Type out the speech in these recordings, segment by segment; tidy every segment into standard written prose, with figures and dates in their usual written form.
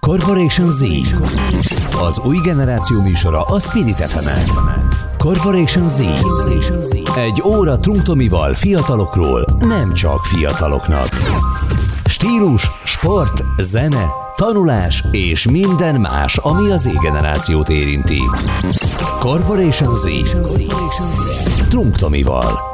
Corporation Z. Az új generáció műsora a Spirit FM-en. Corporation Z. Egy óra Trunk Tomival fiatalokról, nem csak fiataloknak. Stílus, sport, zene, tanulás és minden más, ami az Z-generációt érinti. Corporation Z. Trunk Tomival.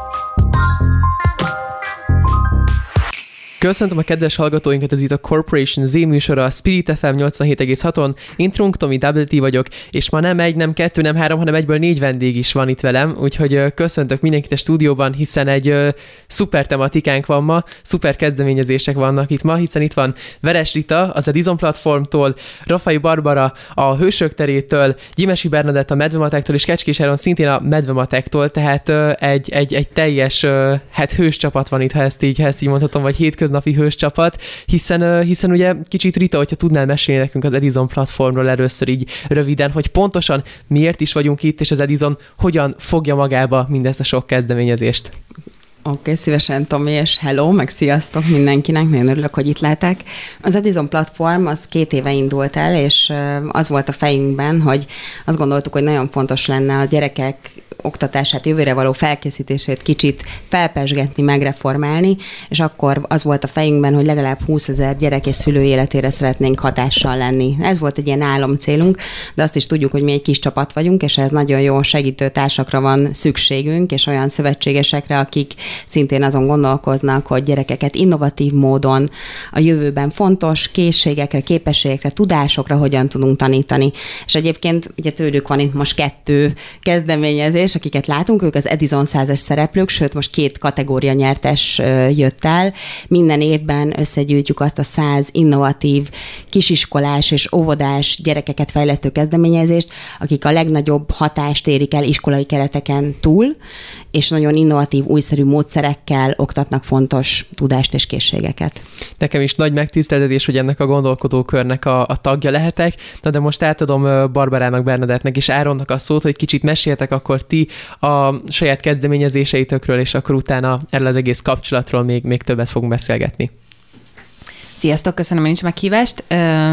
Köszöntöm a kedves hallgatóinkat, ez itt a Corporation Z műsora, a Spirit FM 87,6-on. Én Trunk Tomi, Double T vagyok, és ma nem egy, nem kettő, nem három, hanem egyből 4 vendég is van itt velem, úgyhogy köszöntök mindenkit a stúdióban, hiszen egy szuper tematikánk van ma, szuper kezdeményezések vannak itt ma, hiszen itt van Veres Rita, az Edison platformtól, Rafai Barbara a Hősök terétől, Gyimesi Bernadett a Medvematektól, és Kecskés Áron szintén a Medvematektól, tehát egy teljes hős csapat van itt, ha ezt így mondhatom, vagy hétköznapi hős csapat, hiszen ugye kicsit Rita, hogyha tudnál mesélni nekünk az Edison platformról először így röviden, hogy pontosan miért is vagyunk itt, és az Edison hogyan fogja magába mindezt a sok kezdeményezést. Oké, szívesen Tomi, és hello, meg sziasztok mindenkinek, nagyon örülök, hogy itt lehetek. Az Edison platform az 2 éve indult el, és az volt a fejünkben, hogy azt gondoltuk, hogy nagyon fontos lenne a gyerekek oktatását, jövőre való felkészítését kicsit felpezsgetni, megreformálni, és akkor az volt a fejünkben, hogy legalább 20 000 gyerek és szülő életére szeretnénk hatással lenni. Ez volt egy ilyen álomcélunk, de azt is tudjuk, hogy mi egy kis csapat vagyunk, és ez nagyon jó segítőtársakra van szükségünk, és olyan szövetségesekre, akik szintén azon gondolkoznak, hogy gyerekeket innovatív módon a jövőben fontos készségekre, képességekre, tudásokra hogyan tudunk tanítani. És egyébként ugye tőlük van itt most 2 kezdeményezés, akiket látunk, ők az Edison 100-as szereplők, sőt most 2 kategória nyertes jött el. Minden évben összegyűjtjük azt a 100 innovatív kisiskolás és óvodás gyerekeket fejlesztő kezdeményezést, akik a legnagyobb hatást érik el iskolai kereteken túl, és nagyon innovatív, újszerű módszerekkel oktatnak fontos tudást és készségeket. Nekem is nagy megtiszteltetés, hogy ennek a gondolkodókörnek a tagja lehetek, de most átadom Barbarának, Bernadettnek és Áronnak a szót, hogy kicsit meséltek akkor ti a saját kezdeményezéseitökről, és akkor utána erről az egész kapcsolatról még többet fogunk beszélgetni. Sziasztok, köszönöm én is a meghívást.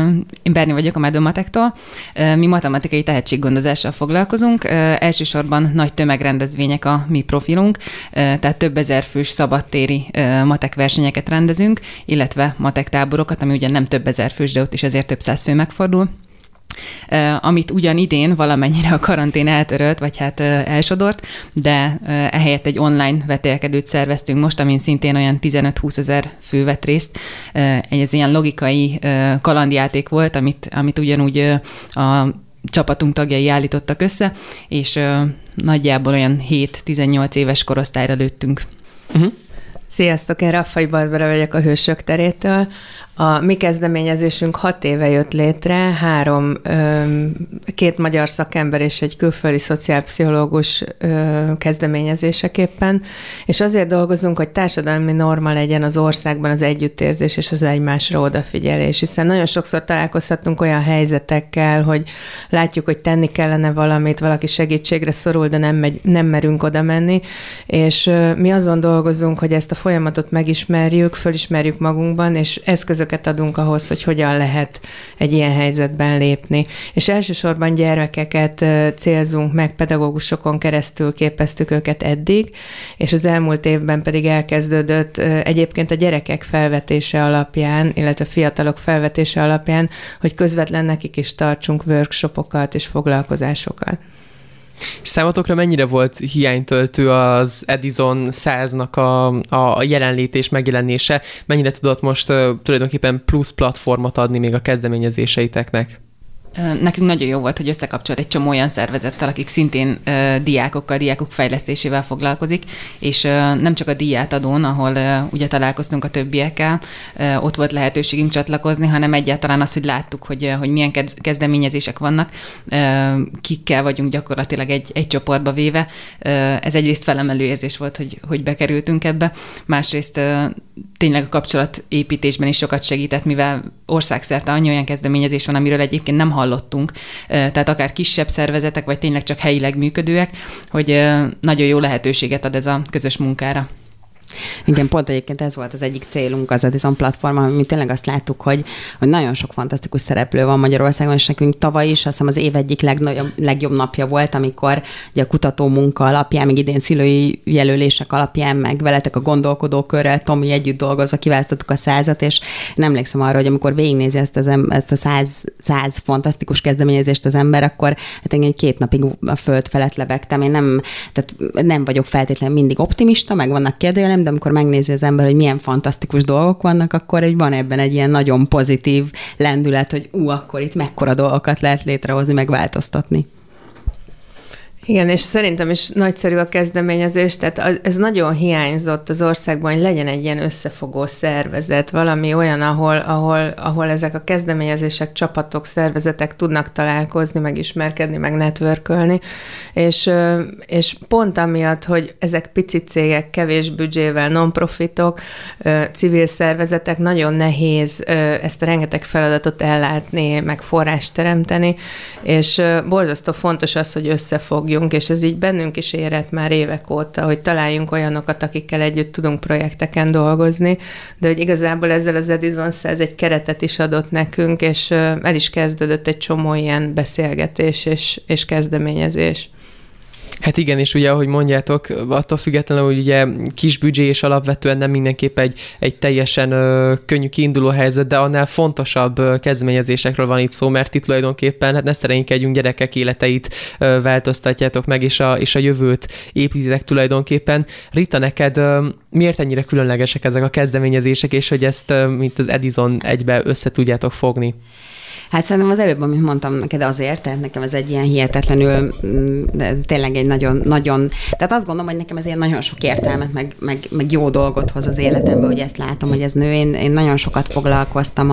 Én Berni vagyok a Medvematektól. Mi matematikai tehetséggondozással foglalkozunk. Elsősorban nagy tömegrendezvények a mi profilunk, tehát több ezer fős szabadtéri matek versenyeket rendezünk, illetve matek táborokat, ami ugyan nem több ezer fős, de ott is azért több száz fő megfordul. Amit ugyan idén valamennyire a karantén eltörölt, vagy hát elsodort, de ehelyett egy online vetélkedőt szerveztünk most, amin szintén olyan 15-20 ezer fő vett részt. Ez ilyen logikai kalandjáték volt, amit ugyanúgy a csapatunk tagjai állítottak össze, és nagyjából olyan 7-18 éves korosztályra lőttünk. Uh-huh. Sziasztok, én Rafai Barbara vagyok a Hősök terétől. A mi kezdeményezésünk 6 éve jött létre, 2 magyar szakember és egy külföldi szociálpszichológus kezdeményezéseképpen, és azért dolgozunk, hogy társadalmi norma legyen az országban az együttérzés és az egymásra odafigyelés, hiszen nagyon sokszor találkozhatunk olyan helyzetekkel, hogy látjuk, hogy tenni kellene valamit, valaki segítségre szorul, de nem merünk oda menni, és mi azon dolgozunk, hogy ezt a folyamatot megismerjük, fölismerjük magunkban, és eszközöket adunk ahhoz, hogy hogyan lehet egy ilyen helyzetben lépni. És elsősorban gyermekeket célzunk meg, pedagógusokon keresztül képeztük őket eddig, és az elmúlt évben pedig elkezdődött egyébként a gyerekek felvetése alapján, illetve fiatalok felvetése alapján, hogy közvetlen nekik is tartsunk workshopokat és foglalkozásokat. És számotokra mennyire volt hiánytöltő az Edison 100-nak a jelenlét és megjelenése? Mennyire tudott most tulajdonképpen plusz platformot adni még a kezdeményezéseiteknek? Nekünk nagyon jó volt, hogy összekapcsolt egy csomó olyan szervezettel, akik szintén diákok fejlesztésével foglalkozik, és nem csak a díjátadón, ahol ugye találkoztunk a többiekkel, ott volt lehetőségünk csatlakozni, hanem egyáltalán az, hogy láttuk, hogy milyen kezdeményezések vannak, kikkel vagyunk gyakorlatilag egy csoportba véve. Ez egyrészt felemelő érzés volt, hogy bekerültünk ebbe, másrészt tényleg a kapcsolatépítésben is sokat segített, mivel országszerte annyi olyan kezdeményezés van, amiről egyébként nem hallottunk, tehát akár kisebb szervezetek, vagy tényleg csak helyileg működőek, hogy nagyon jó lehetőséget ad ez a közös munkára. Igen, pont egyébként ez volt az egyik célunk az Edison platformon, ami tényleg azt láttuk, hogy nagyon sok fantasztikus szereplő van Magyarországon, és nekünk tavaly is, azt hiszem az év egyik legjobb napja volt, amikor ugye a kutató munka alapján, még idén szülői jelölések alapján, meg veletek a gondolkodókörrel, Tomi együtt dolgozva, kiválasztottuk a 100-at, és nem emlékszem arra, hogy amikor végignézi ezt a 100 fantasztikus kezdeményezést az ember, akkor hát engem 2 napig a föld felett lebegtem. Én nem vagyok feltétlenül mindig optimista, meg vannak kérdőjelem, de amikor megnézi az ember, hogy milyen fantasztikus dolgok vannak, akkor van ebben egy ilyen nagyon pozitív lendület, hogy akkor itt mekkora dolgokat lehet létrehozni, meg változtatni. Igen, és szerintem is nagyszerű a kezdeményezés, tehát ez nagyon hiányzott az országban, hogy legyen egy ilyen összefogó szervezet, valami olyan, ahol ezek a kezdeményezések, csapatok, szervezetek tudnak találkozni, megismerkedni, meg networkölni, és pont amiatt, hogy ezek pici cégek, kevés büdzsével, non-profitok, civil szervezetek, nagyon nehéz ezt a rengeteg feladatot ellátni, meg forrást teremteni, és borzasztó fontos az, hogy összefogjunk, és ez így bennünk is érett már évek óta, hogy találjunk olyanokat, akikkel együtt tudunk projekteken dolgozni, de hogy igazából ezzel az Edison 100 egy keretet is adott nekünk, és el is kezdődött egy csomó ilyen beszélgetés és kezdeményezés. Hát igen, és ugye, ahogy mondjátok, attól függetlenül, hogy ugye kis büdzsé és alapvetően nem mindenképp egy teljesen könnyű kiinduló helyzet, de annál fontosabb kezdeményezésekről van itt szó, mert itt tulajdonképpen hát ne szerénykedjünk, gyerekek életeit változtatjátok meg, és a jövőt építitek tulajdonképpen. Rita, neked miért ennyire különlegesek ezek a kezdeményezések, és hogy ezt, mint az Edison egybe össze tudjátok fogni? Hát szerintem az előbb, amit mondtam neked azért, tehát nekem ez egy ilyen hihetetlenül, tényleg egy nagyon, tehát azt gondolom, hogy nekem ez ilyen nagyon sok értelmet, meg jó dolgot hoz az életembe, hogy ezt látom, hogy ez nő. Én nagyon sokat foglalkoztam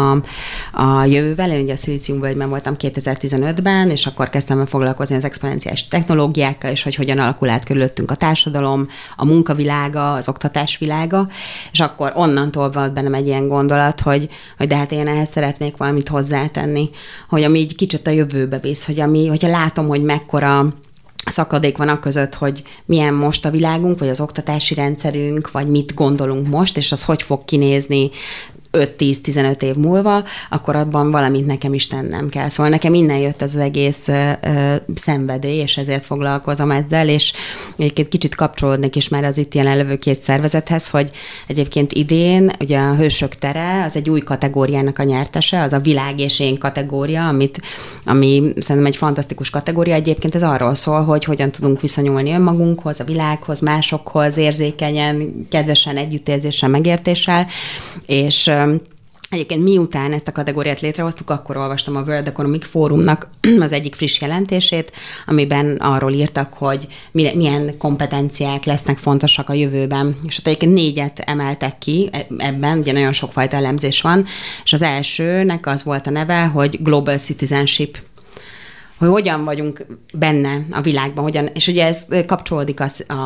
a jövővel, én ugye a Szilíciumvölgyben voltam 2015-ben, és akkor kezdtem el foglalkozni az exponenciális technológiákkal, és hogy hogyan alakul át körülöttünk a társadalom, a munkavilága, az oktatás világa, és akkor onnantól volt bennem egy ilyen gondolat, hogy de hát én ehhez szeretnék valamit hozzátenni, hogy ami így kicsit a jövőbe visz, hogyha látom, hogy mekkora szakadék van a között, hogy milyen most a világunk, vagy az oktatási rendszerünk, vagy mit gondolunk most, és az hogy fog kinézni 5-10-15 év múlva, akkor abban valamit nekem is tennem kell. Szóval nekem innen jött ez az egész szenvedély, és ezért foglalkozom ezzel, és egyébként kicsit kapcsolódnék is már az itt jelenlevő 2 szervezethez, hogy egyébként idén ugye a Hősök tere, az egy új kategóriának a nyertese, az a világ és én kategória, ami szerintem egy fantasztikus kategória. Egyébként ez arról szól, hogy hogyan tudunk viszonyulni önmagunkhoz, a világhoz, másokhoz, érzékenyen, kedvesen, együttérzéssel, megértéssel, és egyébként miután ezt a kategóriát létrehoztuk, akkor olvastam a World Economic Forumnak az egyik friss jelentését, amiben arról írtak, hogy milyen kompetenciák lesznek fontosak a jövőben. És ott egyébként 4-et emeltek ki ebben, ugye nagyon sokfajta elemzés van, és az elsőnek az volt a neve, hogy Global Citizenship, hogy hogyan vagyunk benne a világban, és ugye ez kapcsolódik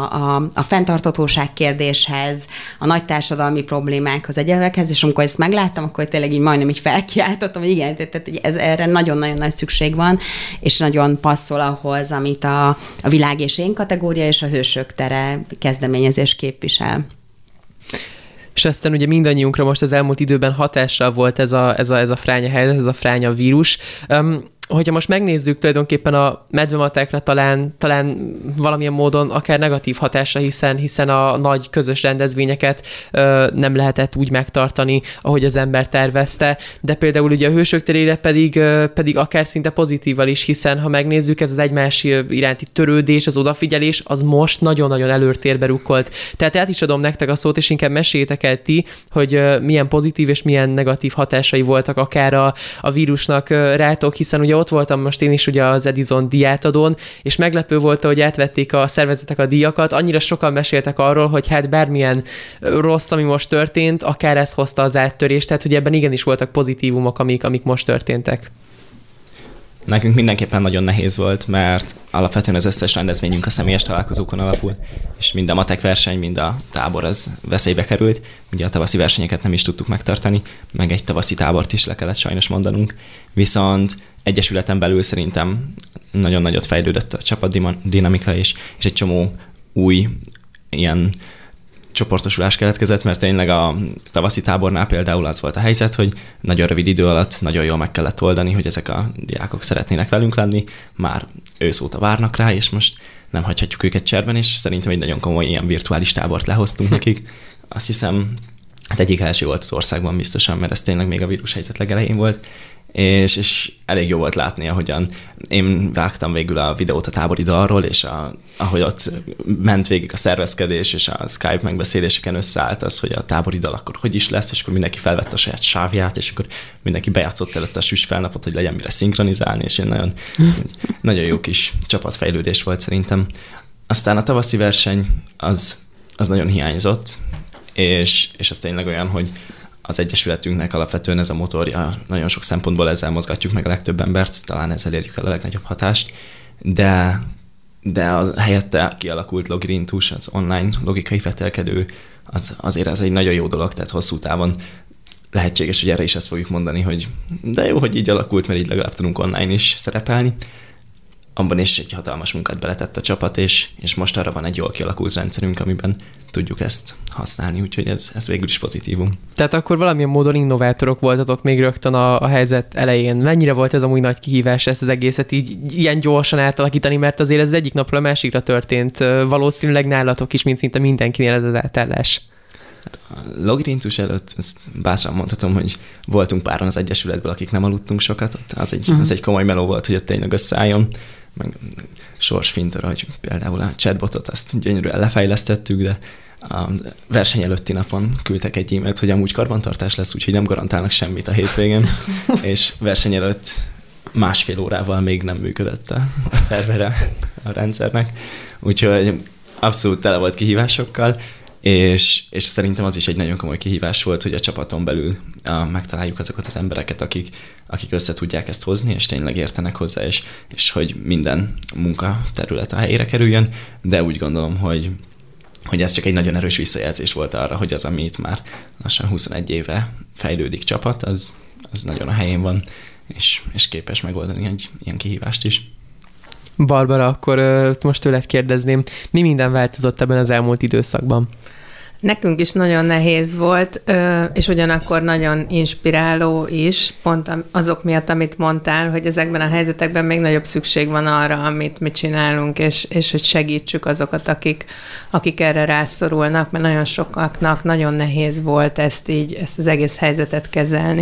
a fenntarthatóság kérdéshez, a nagy társadalmi problémákhoz, egyebekhez, és amikor ezt megláttam, akkor tényleg így majdnem így felkiáltottam, hogy igen, tehát erre nagyon-nagyon nagy szükség van, és nagyon passzol ahhoz, amit a világ és én kategória és a Hősök tere kezdeményezés képvisel. És aztán ugye mindannyiunkra most az elmúlt időben hatással volt ez a fránya helyzet, ez a fránya vírus. Hogyha most megnézzük tulajdonképpen a medvematekra talán valamilyen módon akár negatív hatása, hiszen a nagy közös rendezvényeket nem lehetett úgy megtartani, ahogy az ember tervezte, de például ugye a Hősök terére pedig akár szinte pozitívval is, hiszen ha megnézzük, ez az egymás iránti törődés, az odafigyelés, az most nagyon-nagyon előtérbe rukkolt. Tehát át is adom nektek a szót, és inkább meséljétek el ti, hogy milyen pozitív és milyen negatív hatásai voltak akár a vírusnak rátok, hiszen ugye ott voltam most én is ugye az Edison díjátadón, és meglepő volt, hogy átvették a szervezetek a díjakat. Annyira sokan meséltek arról, hogy hát bármilyen rossz, ami most történt, akár ez hozta az áttörést, tehát hogy ebben igenis voltak pozitívumok, amik most történtek. Nekünk mindenképpen nagyon nehéz volt, mert alapvetően az összes rendezvényünk a személyes találkozókon alapul, és mind a matek verseny, mind a tábor az veszélybe került. Ugye a tavaszi versenyeket nem is tudtuk megtartani, meg egy tavaszi tábort is le kellett sajnos mondanunk. Viszont egyesületen belül szerintem nagyon nagyot fejlődött a csapatdinamika és egy csomó új ilyen csoportosulás keletkezett, mert tényleg a tavaszi tábornál például az volt a helyzet, hogy nagyon rövid idő alatt nagyon jól meg kellett oldani, hogy ezek a diákok szeretnének velünk lenni, már ősz óta várnak rá, és most nem hagyhatjuk őket cserben, és szerintem egy nagyon komoly ilyen virtuális tábort lehoztunk nekik. Azt hiszem, hát egyik első volt az országban biztosan, mert ez tényleg még a vírushelyzet legelején volt, és elég jó volt látni, ahogyan én vágtam végül a videót a tábori dalról, és ahogy ott ment végig a szervezkedés, és a Skype megbeszéléseken összeállt az, hogy a tábori dal akkor hogy is lesz, és akkor mindenki felvette a saját sávját, és akkor mindenki bejátszott előtte a süsfelnapot, hogy legyen mire szinkronizálni, és nagyon, nagyon jó kis csapatfejlődés volt szerintem. Aztán a tavaszi verseny az nagyon hiányzott, és az tényleg olyan, hogy az egyesületünknek alapvetően ez a motorja, nagyon sok szempontból ezzel mozgatjuk meg a legtöbb embert, talán ezzel érjük el a legnagyobb hatást, de a helyette kialakult Logirintus, az online logikai vetélkedő, azért az egy nagyon jó dolog, tehát hosszú távon lehetséges, hogy erre is ezt fogjuk mondani, hogy de jó, hogy így alakult, mert így legalább tudunk online is szerepelni. Abban is egy hatalmas munkát beletett a csapat, és most arra van egy jól kialakult rendszerünk, amiben tudjuk ezt használni, úgyhogy ez végül is pozitívum. Tehát akkor valamilyen módon innovátorok voltatok még rögtön a helyzet elején. Mennyire volt ez amúgy nagy kihívás ezt az egészet így ilyen gyorsan átalakítani, mert azért ez egyik napról a másikra történt. Valószínűleg nálatok is, mint szinte mindenkinél ez az átállás. Hát a Logirintus előtt ezt bátran mondhatom, hogy voltunk páran az egyesületből, akik nem aludtunk sokat, ott az egy komoly meló volt, hogy ott tényleg összeálljon, meg sorsfintor, hogy például a chatbotot azt gyönyörűen lefejlesztettük, de a verseny előtti napon küldtek egy e-mailt, hogy amúgy karbantartás lesz, úgyhogy nem garantálnak semmit a hétvégén, és verseny előtt másfél órával még nem működött a szervere a rendszernek, úgyhogy abszolút tele volt kihívásokkal, és szerintem az is egy nagyon komoly kihívás volt, hogy a csapaton belül megtaláljuk azokat az embereket, akik össze tudják ezt hozni, és tényleg értenek hozzá, és hogy minden munkaterület a helyére kerüljön, de úgy gondolom, hogy ez csak egy nagyon erős visszajelzés volt arra, hogy az, ami itt már lassan 21 éve fejlődik csapat, az nagyon a helyén van, és képes megoldani egy ilyen kihívást is. Barbara, akkor most tőled kérdezném, mi minden változott ebben az elmúlt időszakban? Nekünk is nagyon nehéz volt, és ugyanakkor nagyon inspiráló is, pont azok miatt, amit mondtál, hogy ezekben a helyzetekben még nagyobb szükség van arra, amit mi csinálunk, és hogy segítsük azokat, akik erre rászorulnak, mert nagyon sokaknak nagyon nehéz volt ezt az egész helyzetet kezelni.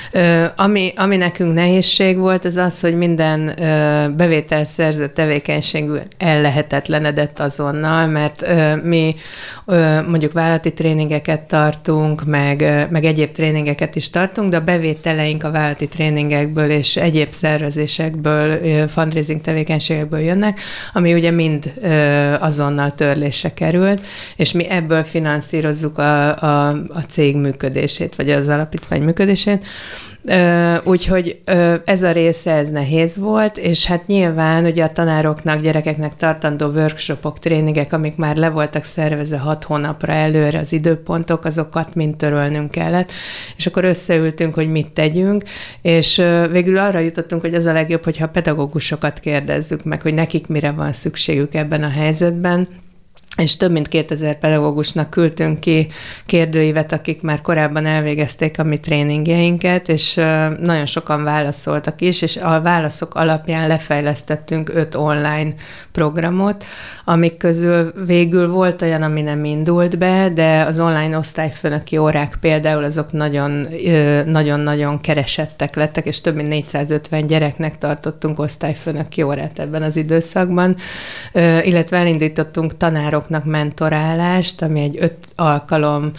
Ami nekünk nehézség volt, az az, hogy minden bevételszerző tevékenységű ellehetetlenedett azonnal, mert mi mondjuk vállalati tréningeket tartunk, meg egyéb tréningeket is tartunk, de a bevételeink a vállalati tréningekből és egyéb szervezésekből, fundraising tevékenységekből jönnek, ami ugye mind azonnal törlésre került, és mi ebből finanszírozzuk a cég működését, vagy az alapítvány működését. Úgyhogy ez a része, ez nehéz volt, és hát nyilván ugye a tanároknak, gyerekeknek tartandó workshopok, tréningek, amik már le voltak szervezve 6 hónapra előre az időpontok, azokat mind törölnünk kellett, és akkor összeültünk, hogy mit tegyünk, és végül arra jutottunk, hogy az a legjobb, hogyha a pedagógusokat kérdezzük meg, hogy nekik mire van szükségük ebben a helyzetben, és több mint 2000 pedagógusnak küldtünk ki kérdőívet, akik már korábban elvégezték a mi tréningjeinket, és nagyon sokan válaszoltak is, és a válaszok alapján lefejlesztettünk 5 online programot, amik közül végül volt olyan, ami nem indult be, de az online osztályfőnöki órák például azok nagyon-nagyon keresettek lettek, és több mint 450 gyereknek tartottunk osztályfőnöki órát ebben az időszakban, illetve elindítottunk tanároknak mentorálást, ami egy 5 alkalom,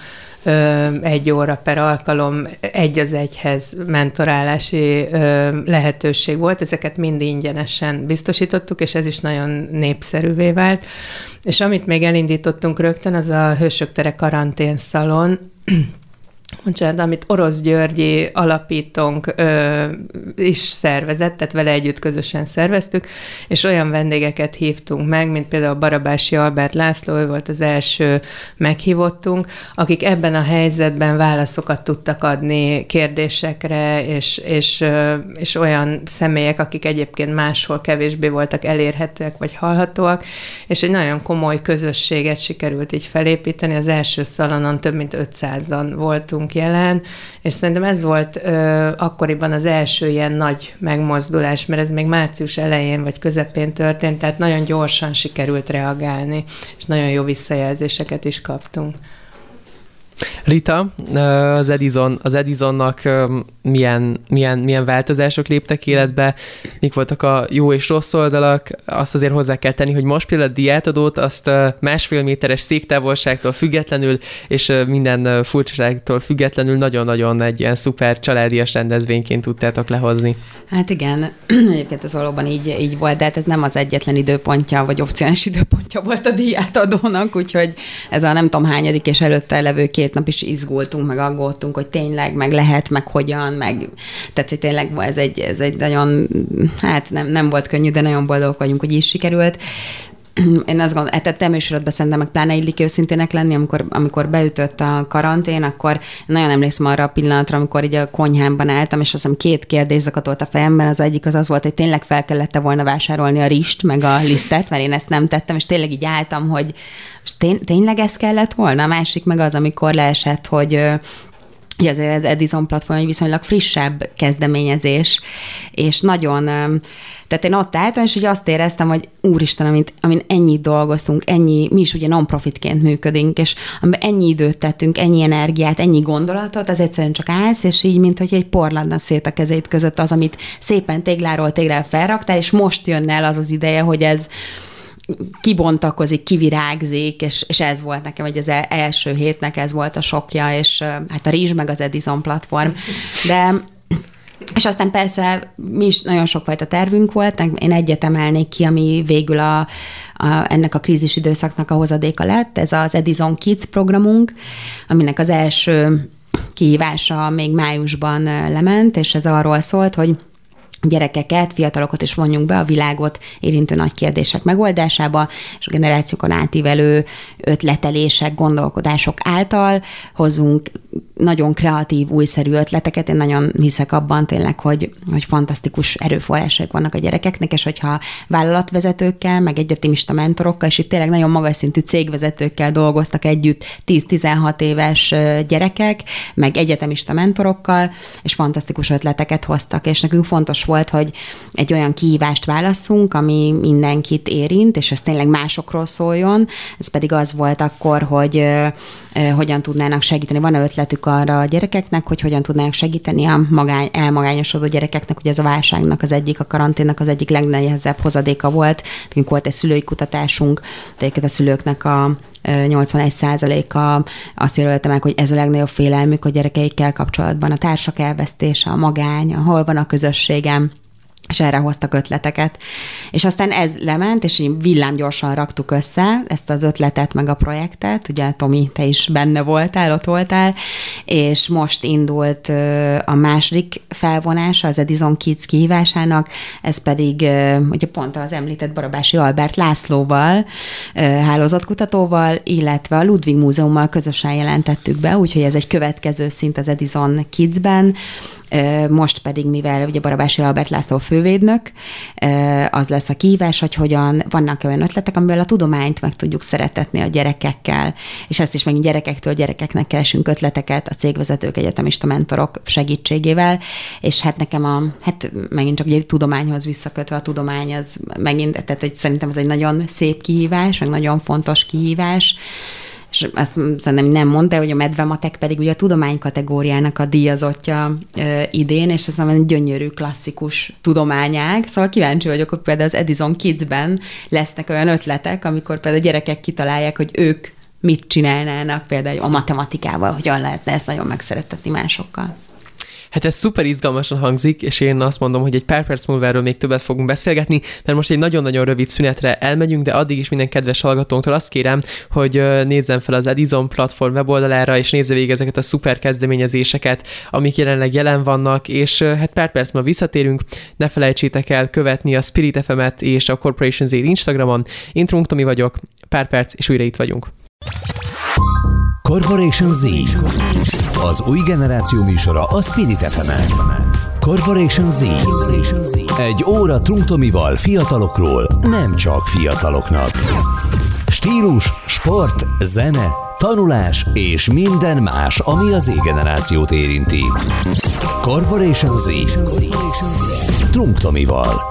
1 óra per alkalom, 1-1-hez mentorálási lehetőség volt. Ezeket mind ingyenesen biztosítottuk, és ez is nagyon népszerűvé vált. És amit még elindítottunk rögtön, az a Hősök tere karanténszalon, bocsánat, amit Orosz Györgyi alapítónk is szervezett, tehát vele együtt közösen szerveztük, és olyan vendégeket hívtunk meg, mint például Barabási Albert László, ő volt az első meghívottunk, akik ebben a helyzetben válaszokat tudtak adni kérdésekre, és olyan személyek, akik egyébként máshol kevésbé voltak elérhetőek, vagy hallhatóak, és egy nagyon komoly közösséget sikerült így felépíteni. Az első szalonon több mint 500-an voltunk jelen, és szerintem ez volt akkoriban az első ilyen nagy megmozdulás, mert ez még március elején vagy közepén történt, tehát nagyon gyorsan sikerült reagálni, és nagyon jó visszajelzéseket is kaptunk. Rita, az Edisonnak milyen változások léptek életbe, mik voltak a jó és rossz oldalak? Azt azért hozzá kell tenni, hogy most például a diátadót azt 1,5 méteres széktávolságtól függetlenül, és minden furcsaságtól függetlenül nagyon-nagyon egy ilyen szuper családias rendezvényként tudtátok lehozni. Hát igen, egyébként ez valóban így volt, de hát ez nem az egyetlen időpontja, vagy opcionális időpontja volt a diátadónak, úgyhogy ez a nem tudom hányadik és előtte levő 2 nap is izgultunk, meg aggódtunk, hogy tényleg, meg lehet, meg hogyan, meg tehát, hogy tényleg ez egy nagyon, hát nem volt könnyű, de nagyon boldogok vagyunk, hogy is sikerült. Én azt gondolom, tehát műsorodban szerintem meg pláne illik őszintének lenni, amikor beütött a karantén, akkor nagyon emlékszem arra a pillanatra, amikor így a konyhámban álltam, és azt hiszem 2 kérdés zakatolt a fejemben, az egyik az volt, hogy tényleg fel kellett volna vásárolni a rist, meg a lisztet, mert én ezt nem tettem, és tényleg így álltam, hogy tényleg ez kellett volna? A másik meg az, amikor leesett, hogy ugye azért az Edison platform egy viszonylag frissebb kezdeményezés, és nagyon, tehát én ott álltam, és ugye azt éreztem, hogy úristen, amin ennyit dolgoztunk, mi is ugye non-profitként működünk, és amiben ennyi időt tettünk, ennyi energiát, ennyi gondolatot, az egyszerűen csak állsz, és így, mint hogy egy porladna szét a kezét között az, amit szépen tégláról felraktál, és most jönne el az az ideje, hogy ez kibontakozik, kivirágzik, és ez volt nekem, hogy az első hétnek ez volt a sokja, és hát a rizs meg az Edison platform. De és aztán persze mi is nagyon sokfajta tervünk volt, én egyet emelnék ki, ami végül ennek a krízis időszaknak a hozadéka lett, ez az Edison Kids programunk, aminek az első kihívása még májusban lement, és ez arról szólt, hogy gyerekeket, fiatalokat is vonjunk be a világot érintő nagy kérdések megoldásába, és a generációkon átívelő ötletelések, gondolkodások által hozunk nagyon kreatív, újszerű ötleteket. Én nagyon hiszek abban tényleg, hogy fantasztikus erőforrások vannak a gyerekeknek, és hogyha vállalatvezetőkkel, meg egyetemista mentorokkal, és itt tényleg nagyon magas szintű cégvezetőkkel dolgoztak együtt 10-16 éves gyerekek, meg egyetemista mentorokkal, és fantasztikus ötleteket hoztak, és nekünk fontos volt, hogy egy olyan kihívást válasszunk, ami mindenkit érint, és ez tényleg másokról szóljon. Ez pedig az volt akkor, hogy hogyan tudnának segíteni. Van ötletük arra a gyerekeknek, hogy hogyan tudnának segíteni a elmagányosodó gyerekeknek. Ugye ez a válságnak az egyik, a karanténnak az egyik legnehezebb hozadéka volt. Nekünk volt egy szülői kutatásunk, a szülőknek a 81%-a azt jelölte meg, hogy ez a legnagyobb félelmük a gyerekeikkel kapcsolatban, a társak elvesztése, a magány, hol van a közösségem, és erre hoztak ötleteket. És aztán ez lement, és így villámgyorsan raktuk össze ezt az ötletet, meg a projektet. Ugye, Tomi, te is benne voltál, ott voltál, és most indult a második felvonása az Edison Kids kihívásának, ez pedig ugye pont az említett Barabási Albert Lászlóval, hálózatkutatóval, illetve a Ludwig Múzeummal közösen jelentettük be, úgyhogy ez egy következő szint az Edison Kidsben. Most pedig, mivel ugye Barabási Albert László fővédnök, az lesz a kihívás, hogy hogyan vannak olyan ötletek, amivel a tudományt meg tudjuk szeretetni a gyerekekkel, és ezt is megint gyerekektől gyerekeknek keresünk ötleteket a cégvezetők, egyetemista mentorok segítségével, és hát nekem megint csak ugye tudományhoz visszakötve, a tudomány az megint, tehát hogy szerintem ez egy nagyon szép kihívás, meg nagyon fontos kihívás, és azt szerintem nem mondta, hogy a medvematek pedig ugye a tudomány kategóriának a díjazottja idén, és ez egy gyönyörű, klasszikus tudományág. Szóval kíváncsi vagyok, hogy például az Edison Kidsben lesznek olyan ötletek, amikor például a gyerekek kitalálják, hogy ők mit csinálnának például a matematikával, hogyan lehetne ezt nagyon megszerettetni másokkal. Hát ez szuper izgalmasan hangzik, és én azt mondom, hogy egy pár perc múlva erről még többet fogunk beszélgetni, mert most egy nagyon-nagyon rövid szünetre elmegyünk, de addig is minden kedves hallgatónktól azt kérem, hogy nézzen fel az Edison platform weboldalára, és nézze végig ezeket a szuper kezdeményezéseket, amik jelenleg jelen vannak, és hát pár perc múlva visszatérünk. Ne felejtsétek el követni a Spirit FM-et és a Corporation Z Instagramon. Én Trunk Tomi vagyok, pár perc, és újra itt vagyunk. Corporation Z, az új generáció műsora a Spirit FM-en. Corporation Z, egy óra Trunk Tomival fiatalokról, nem csak fiataloknak. Stílus, sport, zene, tanulás és minden más, ami az Z-generációt érinti. Corporation Z, Trunk Tomival.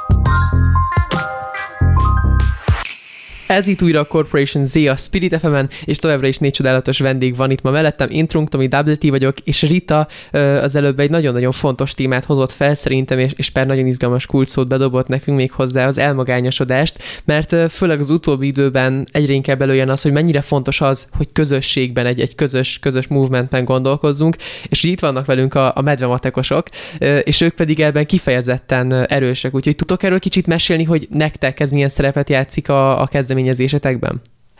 Ez itt újra a Corporation Z a Spirit FM-en, és továbbra is 4 csodálatos vendég van itt ma mellettem. Én Trunk Tomi, Double T vagyok, és Rita az előbb egy nagyon-nagyon fontos témát hozott fel szerintem, és pár nagyon izgalmas kulcsszót bedobott nekünk még hozzá, az elmagányosodást, mert főleg az utóbbi időben egyre inkább előjön az, hogy mennyire fontos az, hogy közösségben, egy közös movementben gondolkozzunk, és itt vannak velünk a medvematekosok, és ők pedig ebben kifejezetten erősek. Úgyhogy tudtok erről kicsit mesélni, hogy nektek ez milyen szerepet játszik a kezdeményezésetekben?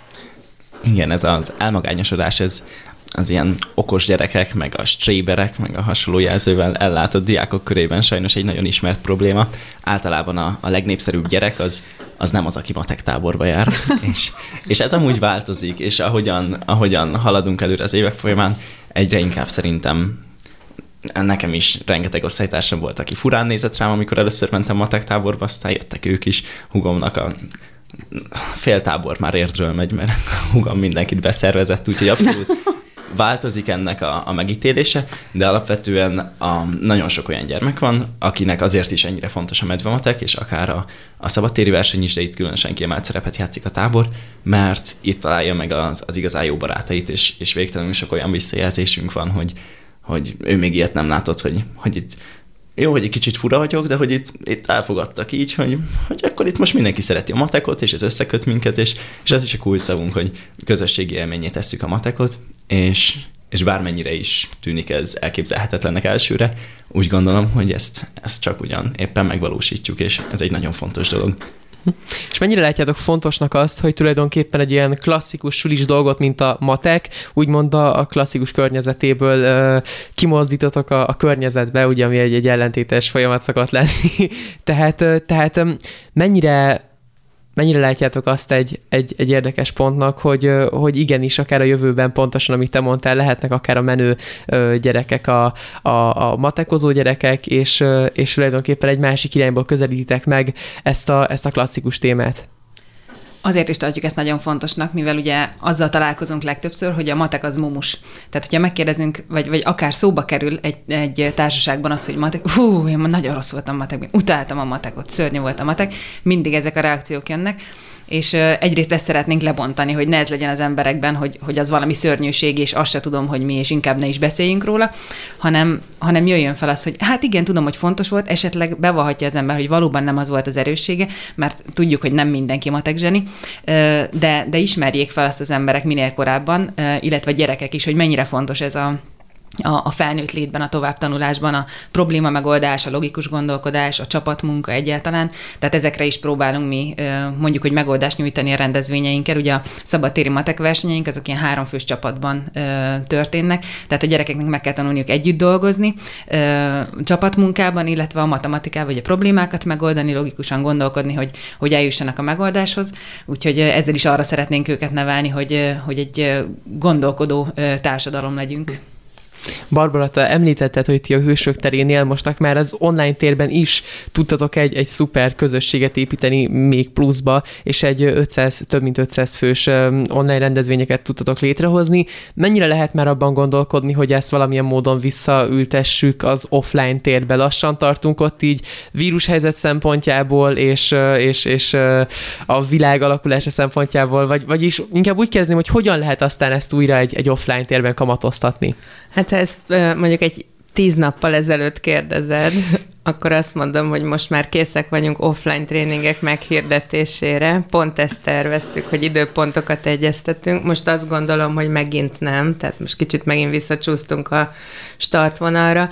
Igen, ez az elmagányosodás, ez az ilyen okos gyerekek, meg a stréberek, meg a hasonló jelzővel ellátott diákok körében sajnos egy nagyon ismert probléma. Általában a legnépszerűbb gyerek az nem az, aki matek táborba jár, és ez amúgy változik, és ahogyan haladunk előre az évek folyamán, egyre inkább szerintem nekem is rengeteg osztálytársam volt, aki furán nézett rám, amikor először mentem matek táborba, aztán jöttek ők is, hugomnak a fél tábor már érdről megy, mert hugom mindenkit beszervezett, úgyhogy abszolút változik ennek a megítélése, de alapvetően nagyon sok olyan gyermek van, akinek azért is ennyire fontos a medvematek, és akár a szabadtéri verseny is, de itt különösen kiemelt szerepet játszik a tábor, mert itt találja meg az igazán jó barátait, és végtelenül sok olyan visszajelzésünk van, hogy ő még ilyet nem látott, hogy itt jó, hogy egy kicsit fura vagyok, de hogy itt elfogadtak így, hogy akkor itt most mindenki szereti a matekot, és ez összeköt minket, és ez is a kulcsszavunk, hogy közösségi élményé tesszük a matekot, és bármennyire is tűnik ez elképzelhetetlennek elsőre, úgy gondolom, hogy ezt csak ugyan éppen megvalósítjuk, és ez egy nagyon fontos dolog. És mennyire látjátok fontosnak azt, hogy tulajdonképpen egy ilyen klasszikus sulis dolgot, mint a matek, úgymond a klasszikus környezetéből kimozdítotok a környezetbe, ugye, ami egy ellentétes folyamat szokott lenni. tehát mennyire látjátok azt egy érdekes pontnak, hogy igenis, akár a jövőben pontosan, amit te mondtál, lehetnek akár a menő gyerekek, a matekozó gyerekek, és tulajdonképpen egy másik irányból közelítitek meg ezt a klasszikus témát. Azért is tartjuk ezt nagyon fontosnak, mivel ugye azzal találkozunk legtöbbször, hogy a matek az mumus. Tehát, hogyha megkérdezünk, vagy akár szóba kerül egy társaságban az, hogy matek, én nagyon rossz voltam matekben, utáltam a matekot, szörnyű volt a matek, mindig ezek a reakciók jönnek, és egyrészt ezt szeretnénk lebontani, hogy ne ez legyen az emberekben, hogy az valami szörnyűség, és azt se tudom, hogy mi, és inkább ne is beszéljünk róla, hanem jöjjön fel az, hogy hát igen, tudom, hogy fontos volt, esetleg bevallhatja az ember, hogy valóban nem az volt az erőssége, mert tudjuk, hogy nem mindenki matek zseni, de ismerjék fel azt az emberek minél korábban, illetve gyerekek is, hogy mennyire fontos ez a felnőtt létben, a továbbtanulásban, a probléma megoldás, a logikus gondolkodás, a csapatmunka egyáltalán. Tehát ezekre is próbálunk mi mondjuk, hogy megoldást nyújtani a rendezvényeinkkel. Ugye a szabadtéri matek versenyeink, azok ilyen 3 fős csapatban történnek, tehát a gyerekeknek meg kell tanulniuk együtt dolgozni csapatmunkában, illetve a matematikával, vagy a problémákat megoldani, logikusan gondolkodni, hogy eljussanak a megoldáshoz. Úgyhogy ezzel is arra szeretnénk őket nevelni, hogy egy gondolkodó társadalom legyünk. Barbara, te említetted, hogy ti a Hősök terénél mostak már az online térben is tudtatok egy szuper közösséget építeni még pluszba, és több mint 500 fős online rendezvényeket tudtatok létrehozni. Mennyire lehet már abban gondolkodni, hogy ezt valamilyen módon visszaültessük az offline térbe? Lassan tartunk ott így vírushelyzet szempontjából, és a világ alakulása szempontjából, vagyis inkább úgy kezdném, hogy hogyan lehet aztán ezt újra egy offline térben kamatoztatni? Hát ha ezt mondjuk egy 10 nappal ezelőtt kérdezed, akkor azt mondom, hogy most már készek vagyunk offline tréningek meghirdetésére. Pont ezt terveztük, hogy időpontokat egyeztetünk. Most azt gondolom, hogy megint nem, tehát most kicsit megint visszacsúsztunk a startvonalra.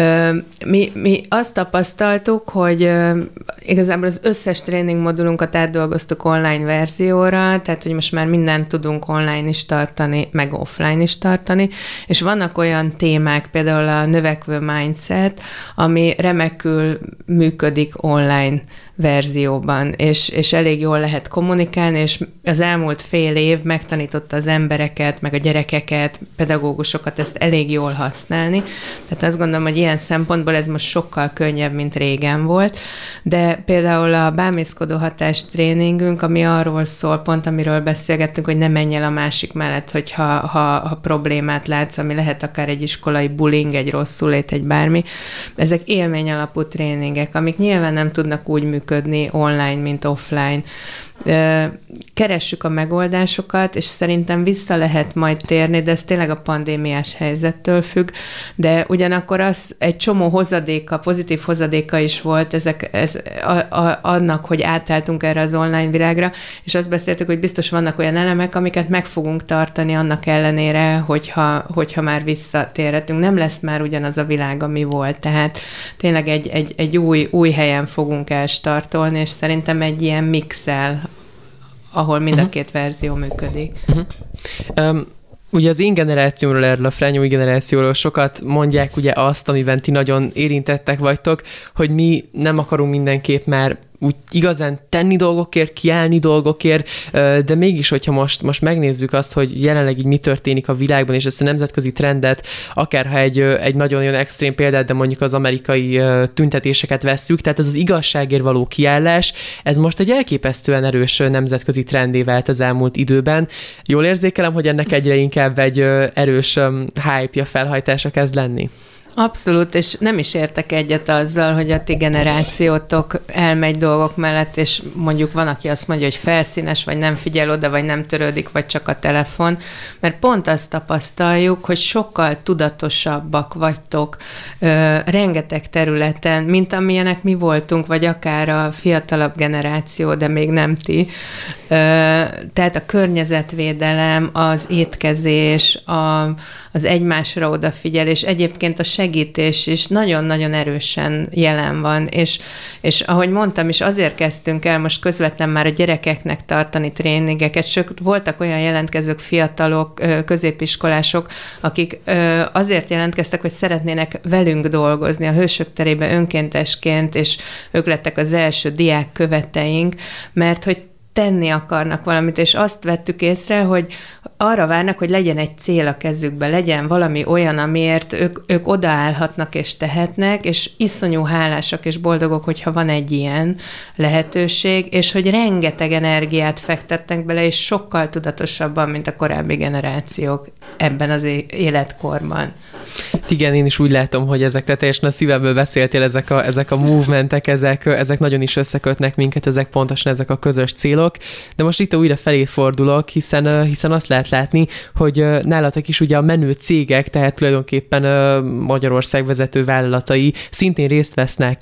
Mi azt tapasztaltuk, hogy igazából az összes tréningmodulunkat átdolgoztuk online verzióra, tehát hogy most már mindent tudunk online is tartani, meg offline is tartani, és vannak olyan témák, például a növekvő mindset, ami remekül működik online verzióban, és elég jól lehet kommunikálni, és az elmúlt fél év megtanította az embereket, meg a gyerekeket, pedagógusokat ezt elég jól használni. Tehát azt gondolom, hogy ilyen szempontból ez most sokkal könnyebb, mint régen volt. De például a bámészkodó hatás tréningünk, ami arról szól, pont amiről beszélgettünk, hogy ne menj el a másik mellett, hogyha problémát látsz, ami lehet akár egy iskolai bullying, egy rosszulét, egy bármi. Ezek élmény alapú tréningek, amik nyilván nem tudnak úgy működni online, mint offline. Keressük a megoldásokat, és szerintem vissza lehet majd térni, de ez tényleg a pandémiás helyzettől függ, de ugyanakkor az egy csomó hozadéka, pozitív hozadéka is volt annak, hogy átálltunk erre az online világra, és azt beszéltük, hogy biztos vannak olyan elemek, amiket meg fogunk tartani annak ellenére, hogyha már visszatérhetünk. Nem lesz már ugyanaz a világ, ami volt, tehát tényleg egy új helyen fogunk elstartolni, és szerintem egy ilyen mixel, ahol mind a két verzió működik. Ugye az én generációmról, erről a frányói generációról sokat mondják ugye azt, amiben ti nagyon érintettek vagytok, hogy mi nem akarunk mindenképp már úgy igazán tenni dolgokért, kiállni dolgokért, de mégis, hogyha most megnézzük azt, hogy jelenleg így mi történik a világban, és ezt a nemzetközi trendet, akárha egy nagyon-nagyon extrém példát, de mondjuk az amerikai tüntetéseket vesszük, tehát ez az igazságért való kiállás, ez most egy elképesztően erős nemzetközi trendé vált az elmúlt időben. Jól érzékelem, hogy ennek egyre inkább egy erős hype-ja, felhajtása kezd lenni? Abszolút, és nem is értek egyet azzal, hogy a ti generációtok elmegy dolgok mellett, és mondjuk van, aki azt mondja, hogy felszínes, vagy nem figyel oda, vagy nem törődik, vagy csak a telefon, mert pont azt tapasztaljuk, hogy sokkal tudatosabbak vagytok rengeteg területen, mint amilyenek mi voltunk, vagy akár a fiatalabb generáció, de még nem ti. Tehát a környezetvédelem, az étkezés, az egymásra odafigyelés, egyébként a segítés is nagyon-nagyon erősen jelen van, és ahogy mondtam is, azért kezdtünk el most közvetlen már a gyerekeknek tartani tréningeket, sőt, voltak olyan jelentkezők, fiatalok, középiskolások, akik azért jelentkeztek, hogy szeretnének velünk dolgozni a Hősök Terébe önkéntesként, és ők lettek az első diákköveteink, mert hogy tenni akarnak valamit, és azt vettük észre, hogy arra várnak, hogy legyen egy cél a kezükben, legyen valami olyan, amiért ők odaállhatnak és tehetnek, és iszonyú hálásak és boldogok, hogyha van egy ilyen lehetőség, és hogy rengeteg energiát fektetnek bele, és sokkal tudatosabban, mint a korábbi generációk ebben az életkorban. Igen, én is úgy látom, hogy ezek, te teljesen a szívemből beszéltél, ezek a movementek, ezek nagyon is összekötnek minket, ezek pontosan ezek a közös célok, de most itt újra felé fordulok, hiszen azt lehet látni, hogy nálatok is ugye a menő cégek, tehát tulajdonképpen Magyarország vezető vállalatai szintén részt vesznek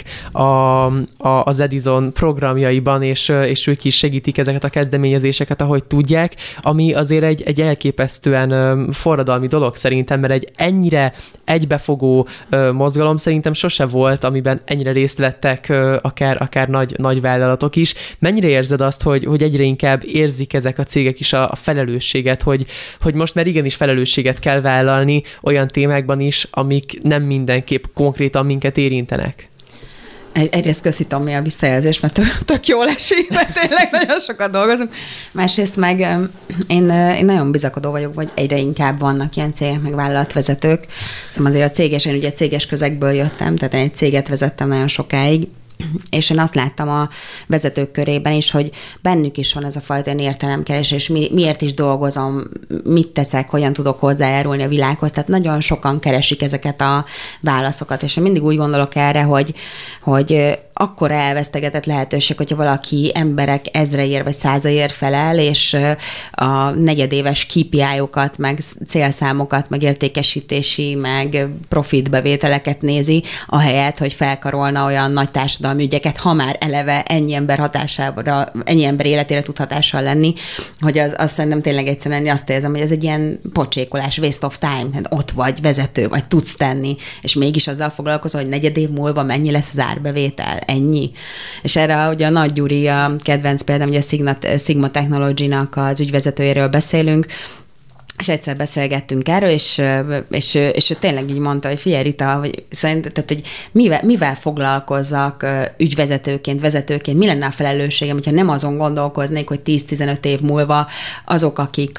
az Edison programjaiban, és ők is segítik ezeket a kezdeményezéseket, ahogy tudják, ami azért egy elképesztően forradalmi dolog szerintem, mert egy ennyire egybefogó mozgalom szerintem sose volt, amiben ennyire részt vettek akár nagy vállalatok is. Mennyire érzed azt, hogy egyre inkább érzik ezek a cégek is a felelősséget, hogy most már igenis felelősséget kell vállalni olyan témákban is, amik nem mindenképp konkrétan minket érintenek? Egyrészt köszi, Tomi, a visszajelzést, mert tök jól esik, mert tényleg nagyon sokat dolgozunk. Másrészt meg én nagyon bizakodó vagyok, hogy egyre inkább vannak ilyen cégek, meg vállalatvezetők. Szóval azért én ugye céges közegből jöttem, tehát én egy céget vezettem nagyon sokáig, és én azt láttam a vezetők körében is, hogy bennük is van ez a fajta értelemkeresés, és miért is dolgozom, mit teszek, hogyan tudok hozzájárulni a világhoz. Tehát nagyon sokan keresik ezeket a válaszokat, és én mindig úgy gondolok erre, hogy akkora elvesztegetett lehetőség, hogyha valaki emberek ezreért vagy százaért felel, és a negyedéves KPI-okat, meg célszámokat, meg értékesítési, meg profitbevételeket nézi, ahelyett, hogy felkarolna olyan nagy társadalmi ügyeket, ha már eleve ennyi ember hatására, ennyi ember életére tud hatással lenni, hogy az szerintem tényleg egyszerűen azt érzem, hogy ez egy ilyen pocsékolás, waste of time, hát ott vagy vezető, vagy tudsz tenni, és mégis azzal foglalkozol, hogy negyed év múlva mennyi lesz az árbevétel, ennyi. És erre ugye a Nagy Gyuri, a kedvenc példám, ugye a Sigma Technology-nak az ügyvezetőjéről beszélünk, és egyszer beszélgettünk erről, és ő tényleg így mondta, hogy figyelj Rita, hogy hogy mivel foglalkozzak ügyvezetőként, vezetőként, mi lenne a felelősségem, hogyha nem azon gondolkoznék, hogy 10-15 év múlva azok, akik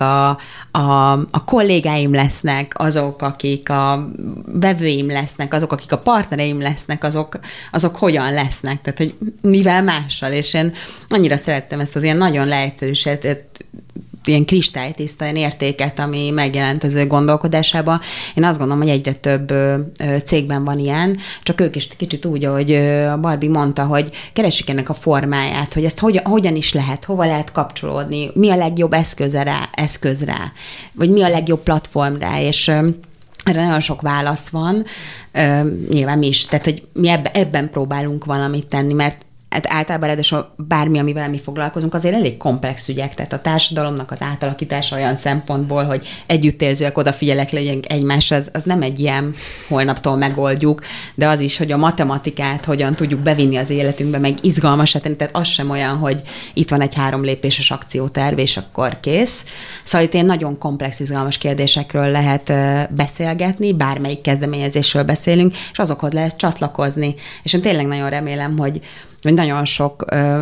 a kollégáim lesznek, azok, akik a vevőim lesznek, azok, akik a partnereim lesznek, azok hogyan lesznek, tehát hogy mivel mással, és én annyira szerettem ezt az ilyen nagyon leegyszerűsített ilyen kristálytiszta ilyen értéket, ami megjelent az ő gondolkodásában. Én azt gondolom, hogy egyre több cégben van ilyen, csak ők is kicsit úgy, ahogy a Barbie mondta, hogy keressük ennek a formáját, hogy ezt hogyan is lehet, hova lehet kapcsolódni, mi a legjobb eszköz rá, vagy mi a legjobb platform rá, és erre nagyon sok válasz van, nyilván mi is, tehát hogy mi ebben próbálunk valamit tenni, mert hát általában ráadásul bármi, amivel mi foglalkozunk, azért elég komplex ügyek, tehát a társadalomnak az átalakítása olyan szempontból, hogy együttérzőek, odafigyelek legyünk egymásra, az nem egy ilyen holnaptól megoldjuk, de az is, hogy a matematikát hogyan tudjuk bevinni az életünkbe, meg izgalmasá tenni, tehát az sem olyan, hogy itt van egy 3 lépéses akcióterv, és akkor kész. Szóval itt ilyen nagyon komplex, izgalmas kérdésekről lehet beszélgetni, bármelyik kezdeményezésről beszélünk, és azokhoz lehet csatlakozni. És én tényleg nagyon remélem, hogy nagyon sok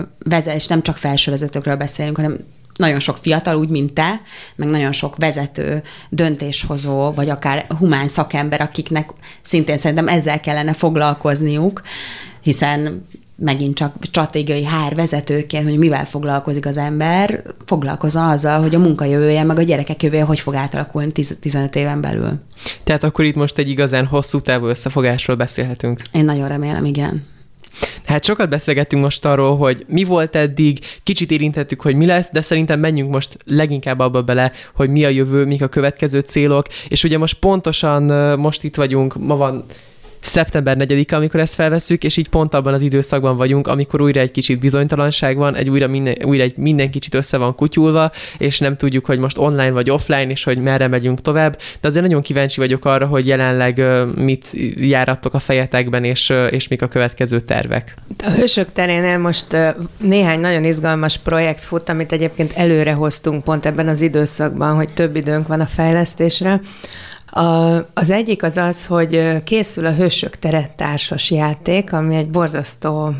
és nem csak felső vezetőkről beszélünk, hanem nagyon sok fiatal, úgy, mint te, meg nagyon sok vezető, döntéshozó, vagy akár humán szakember, akiknek szintén szerintem ezzel kellene foglalkozniuk, hiszen megint csak stratégiai HR vezetőként, hogy mivel foglalkozik az ember, foglalkozzon azzal, hogy a munkajövője, meg a gyerekek jövője hogy fog átalakulni 15 éven belül. Tehát akkor itt most egy igazán hosszú távú összefogásról beszélhetünk. Én nagyon remélem, igen. Hát sokat beszélgettünk most arról, hogy mi volt eddig, kicsit érintettük, hogy mi lesz, de szerintem menjünk most leginkább abba bele, hogy mi a jövő, mik a következő célok, és ugye most pontosan most itt vagyunk, ma van szeptember 4-e, amikor ezt felvesszük, és így pont abban az időszakban vagyunk, amikor újra egy kicsit bizonytalanság van, újra minden kicsit össze van kutyulva, és nem tudjuk, hogy most online vagy offline, és hogy merre megyünk tovább, de azért nagyon kíváncsi vagyok arra, hogy jelenleg mit járattok a fejetekben, és mik a következő tervek. A Hősök terénél most néhány nagyon izgalmas projekt fut, amit egyébként előre hoztunk pont ebben az időszakban, hogy több időnk van a fejlesztésre. Az egyik az, hogy készül a Hősök tere társas játék, ami egy borzasztó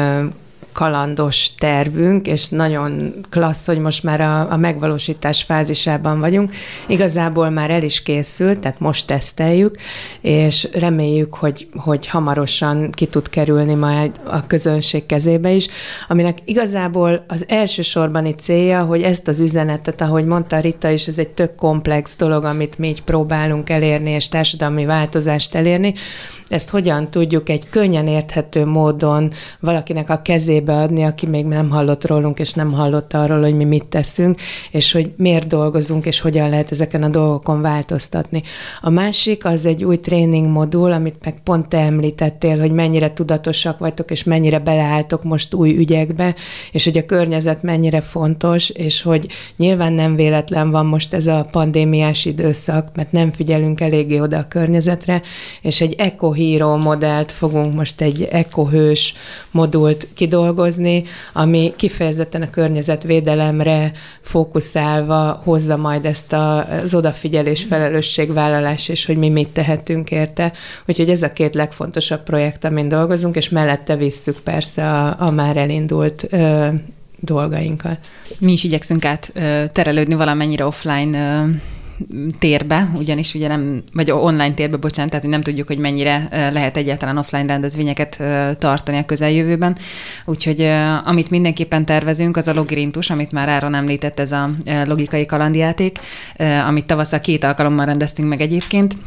kalandos tervünk, és nagyon klassz, hogy most már a megvalósítás fázisában vagyunk. Igazából már el is készült, tehát most teszteljük, és reméljük, hogy hamarosan ki tud kerülni majd a közönség kezébe is, aminek igazából az elsősorbani célja, hogy ezt az üzenetet, ahogy mondta Rita is, ez egy tök komplex dolog, amit mi így próbálunk elérni, és társadalmi változást elérni. Ezt hogyan tudjuk egy könnyen érthető módon valakinek a kezébe adni, aki még nem hallott rólunk, és nem hallott arról, hogy mi mit teszünk, és hogy miért dolgozunk, és hogyan lehet ezeken a dolgokon változtatni. A másik az egy új tréning modul, amit meg pont te említettél, hogy mennyire tudatosak vagytok, és mennyire beleálltok most új ügyekbe, és hogy a környezet mennyire fontos, és hogy nyilván nem véletlen van most ez a pandémiás időszak, mert nem figyelünk eléggé oda a környezetre, és egy eco-hero modellt fogunk most, egy eco-hős modult kidolgozni, ami kifejezetten a környezetvédelemre fókuszálva hozza majd ezt az odafigyelés, felelősségvállalás, és hogy mi mit tehetünk érte. Úgyhogy ez a 2 legfontosabb projekt, amin dolgozunk, és mellette visszük persze a már elindult dolgainkat. Mi is igyekszünk át terelődni valamennyire offline térbe, ugyanis ugye nem, vagy online térbe, bocsánat, tehát nem tudjuk, hogy mennyire lehet egyáltalán offline rendezvényeket tartani a közeljövőben. Úgyhogy amit mindenképpen tervezünk, az a Logirintus, amit már Áron említett, ez a logikai kalandjáték, amit tavasszal 2 alkalommal rendeztünk meg egyébként.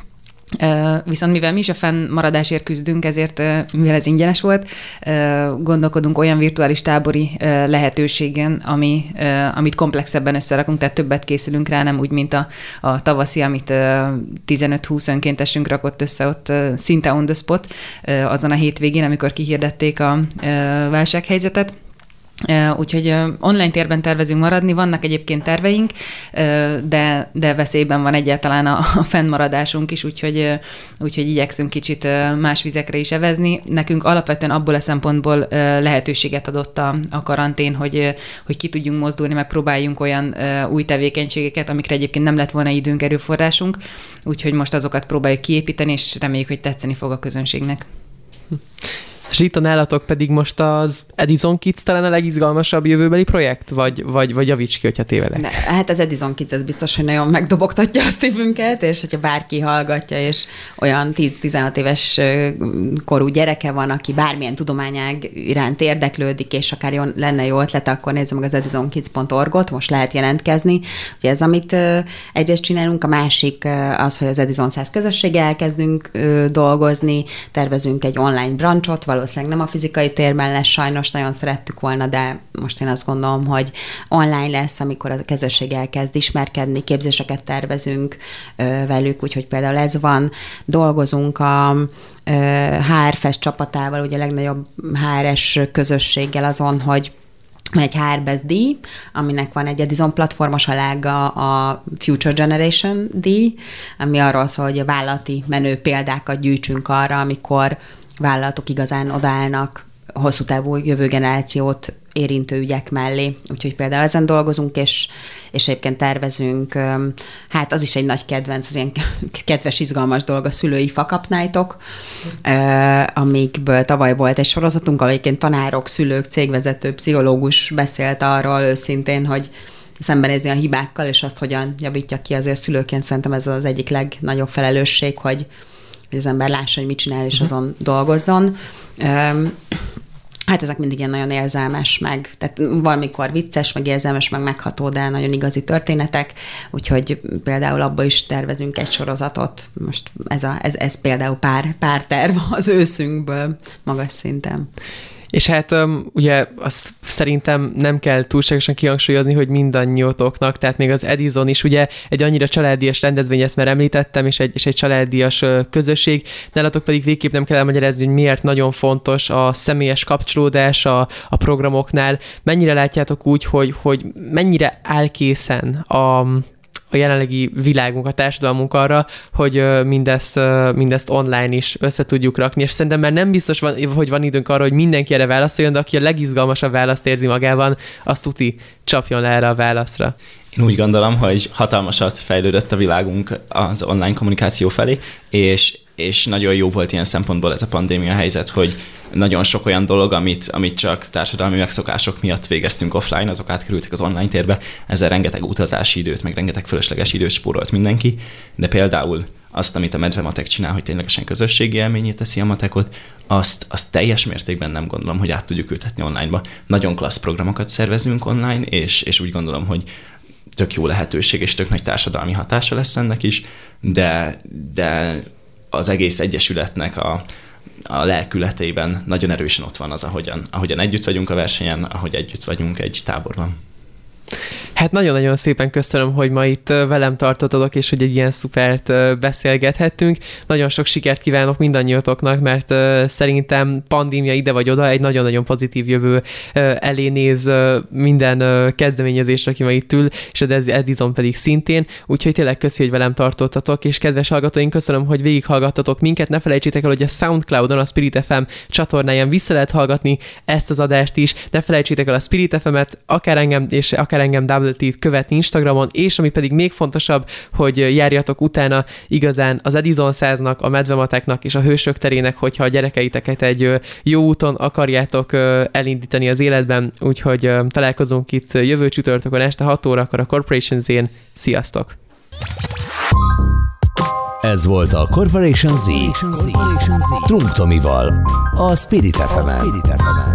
Viszont mivel mi is a fennmaradásért küzdünk, ezért, mivel ez ingyenes volt, gondolkodunk olyan virtuális tábori lehetőségen, amit komplexebben összerakunk, tehát többet készülünk rá, nem úgy, mint a tavaszi, amit 15-20 önkéntesünk rakott össze ott szinte on the spot azon a hétvégén, amikor kihirdették a válsághelyzetet. Úgyhogy online térben tervezünk maradni, vannak egyébként terveink, de veszélyben van egyáltalán a fennmaradásunk is, úgyhogy igyekszünk kicsit más vizekre is evezni. Nekünk alapvetően abból a szempontból lehetőséget adott a karantén, hogy ki tudjunk mozdulni, meg próbáljunk olyan új tevékenységeket, amikre egyébként nem lett volna időnk, erőforrásunk, úgyhogy most azokat próbáljuk kiépíteni, és reméljük, hogy tetszeni fog a közönségnek. És itt a nálatok pedig most az Edison Kids talán a legizgalmasabb jövőbeli projekt? Vagy javíts ki, hogyha tévedek? Hát az Edison Kids, ez biztos, hogy nagyon megdobogtatja a szívünket, és hogyha bárki hallgatja, és olyan 10-16 éves korú gyereke van, aki bármilyen tudományág iránt érdeklődik, és akár lenne jó ötlete, akkor nézze meg az edisonkids.org-ot, most lehet jelentkezni. Ugye ez, amit egyrészt csinálunk, a másik az, hogy az Edison 100 közösséggel elkezdünk dolgozni, tervezünk egy online branchot, valószínűleg nem a fizikai térben lesz, sajnos nagyon szerettük volna, de most én azt gondolom, hogy online lesz, amikor a közösség elkezd ismerkedni, képzéseket tervezünk velük, úgyhogy például ez van. Dolgozunk a HRFest csapatával, ugye a legnagyobb HRS közösséggel azon, hogy egy HRBEST díj, aminek van egy Edison platformos alága, a Future Generation díj, ami arról szól, hogy a vállalati menő példákat gyűjtsünk arra, amikor vállalatok igazán odaállnak hosszú távú jövő generációt érintő ügyek mellé. Úgyhogy például ezen dolgozunk, és egyébként tervezünk, hát az is egy nagy kedvenc, az ilyen kedves, izgalmas dolog, a szülői fuck-up night-ok, amikből tavaly volt egy sorozatunk, ahol egyébként tanárok, szülők, cégvezető, pszichológus beszélt arról őszintén, hogy szembenézni a hibákkal, és azt hogyan javítja ki. Azért szülőként szerintem ez az egyik legnagyobb felelősség, hogy az ember lássa, hogy mit csinál, és azon dolgozzon. Hát ezek mindig ilyen nagyon érzelmes, tehát valamikor vicces, meg érzelmes, meg megható, de nagyon igazi történetek, úgyhogy például abba is tervezünk egy sorozatot. Most ez például pár terv az őszünkből magas szinten. És hát ugye azt szerintem nem kell túlságosan kihangsúlyozni, hogy mindannyiótoknak, tehát még az Edison is ugye egy annyira családias rendezvény, ezt már említettem, és egy családias közösség. Nálatok pedig végképp nem kell elmagyarázni, hogy miért nagyon fontos a személyes kapcsolódás a programoknál. Mennyire látjátok úgy, hogy mennyire áll készen a jelenlegi világunk, a társadalmunk arra, hogy mindezt online is össze tudjuk rakni, és szerintem már nem biztos, hogy van időnk arra, hogy mindenki erre válaszoljon, de aki a legizgalmasabb választ érzi magában, azt tuti csapjon le erre a válaszra. Én úgy gondolom, hogy hatalmasat fejlődött a világunk az online kommunikáció felé, és nagyon jó volt ilyen szempontból ez a pandémia helyzet, hogy nagyon sok olyan dolog, amit csak társadalmi megszokások miatt végeztünk offline, azok átkerültek az online térbe, ezzel rengeteg utazási időt, meg rengeteg fölösleges időt spórolt mindenki, de például azt, amit a Medvematek csinál, hogy ténylegesen közösségi élményé teszi a matekot, azt teljes mértékben nem gondolom, hogy át tudjuk ültetni online-ba. Nagyon klassz programokat szervezünk online, és úgy gondolom, hogy tök jó lehetőség, és tök nagy társadalmi hatása lesz ennek is, de az egész egyesületnek a lelkületében nagyon erősen ott van az, ahogyan együtt vagyunk a versenyen, ahogy együtt vagyunk egy táborban. Hát nagyon-nagyon szépen köszönöm, hogy ma itt velem tartottatok, és hogy egy ilyen szupert beszélgethettünk. Nagyon sok sikert kívánok mindannyiatoknak, mert szerintem pandémia ide vagy oda, egy nagyon-nagyon pozitív jövő elé néz minden kezdeményezésre, aki ma itt ül, és az Edison pedig szintén. Úgyhogy tényleg köszi, hogy velem tartottatok, és kedves hallgatóink, köszönöm, hogy végighallgattatok minket. Ne felejtsétek el, hogy a SoundCloudon, a Spirit FM csatornáján vissza lehet hallgatni ezt az adást is. Ne felejtsétek el a Spirit FM-et, akár engem Double T-t követni Instagramon, és ami pedig még fontosabb, hogy járjatok utána igazán az Edison 100-nak, a Medvemateknak és a Hősök terének, hogyha a gyerekeiteket egy jó úton akarjátok elindítani az életben, úgyhogy találkozunk itt jövő csütörtökön este 6 órakor a Corporation Z-n. Sziasztok! Ez volt a Corporation Z. Trunk Tomival, a Spirit FM-en.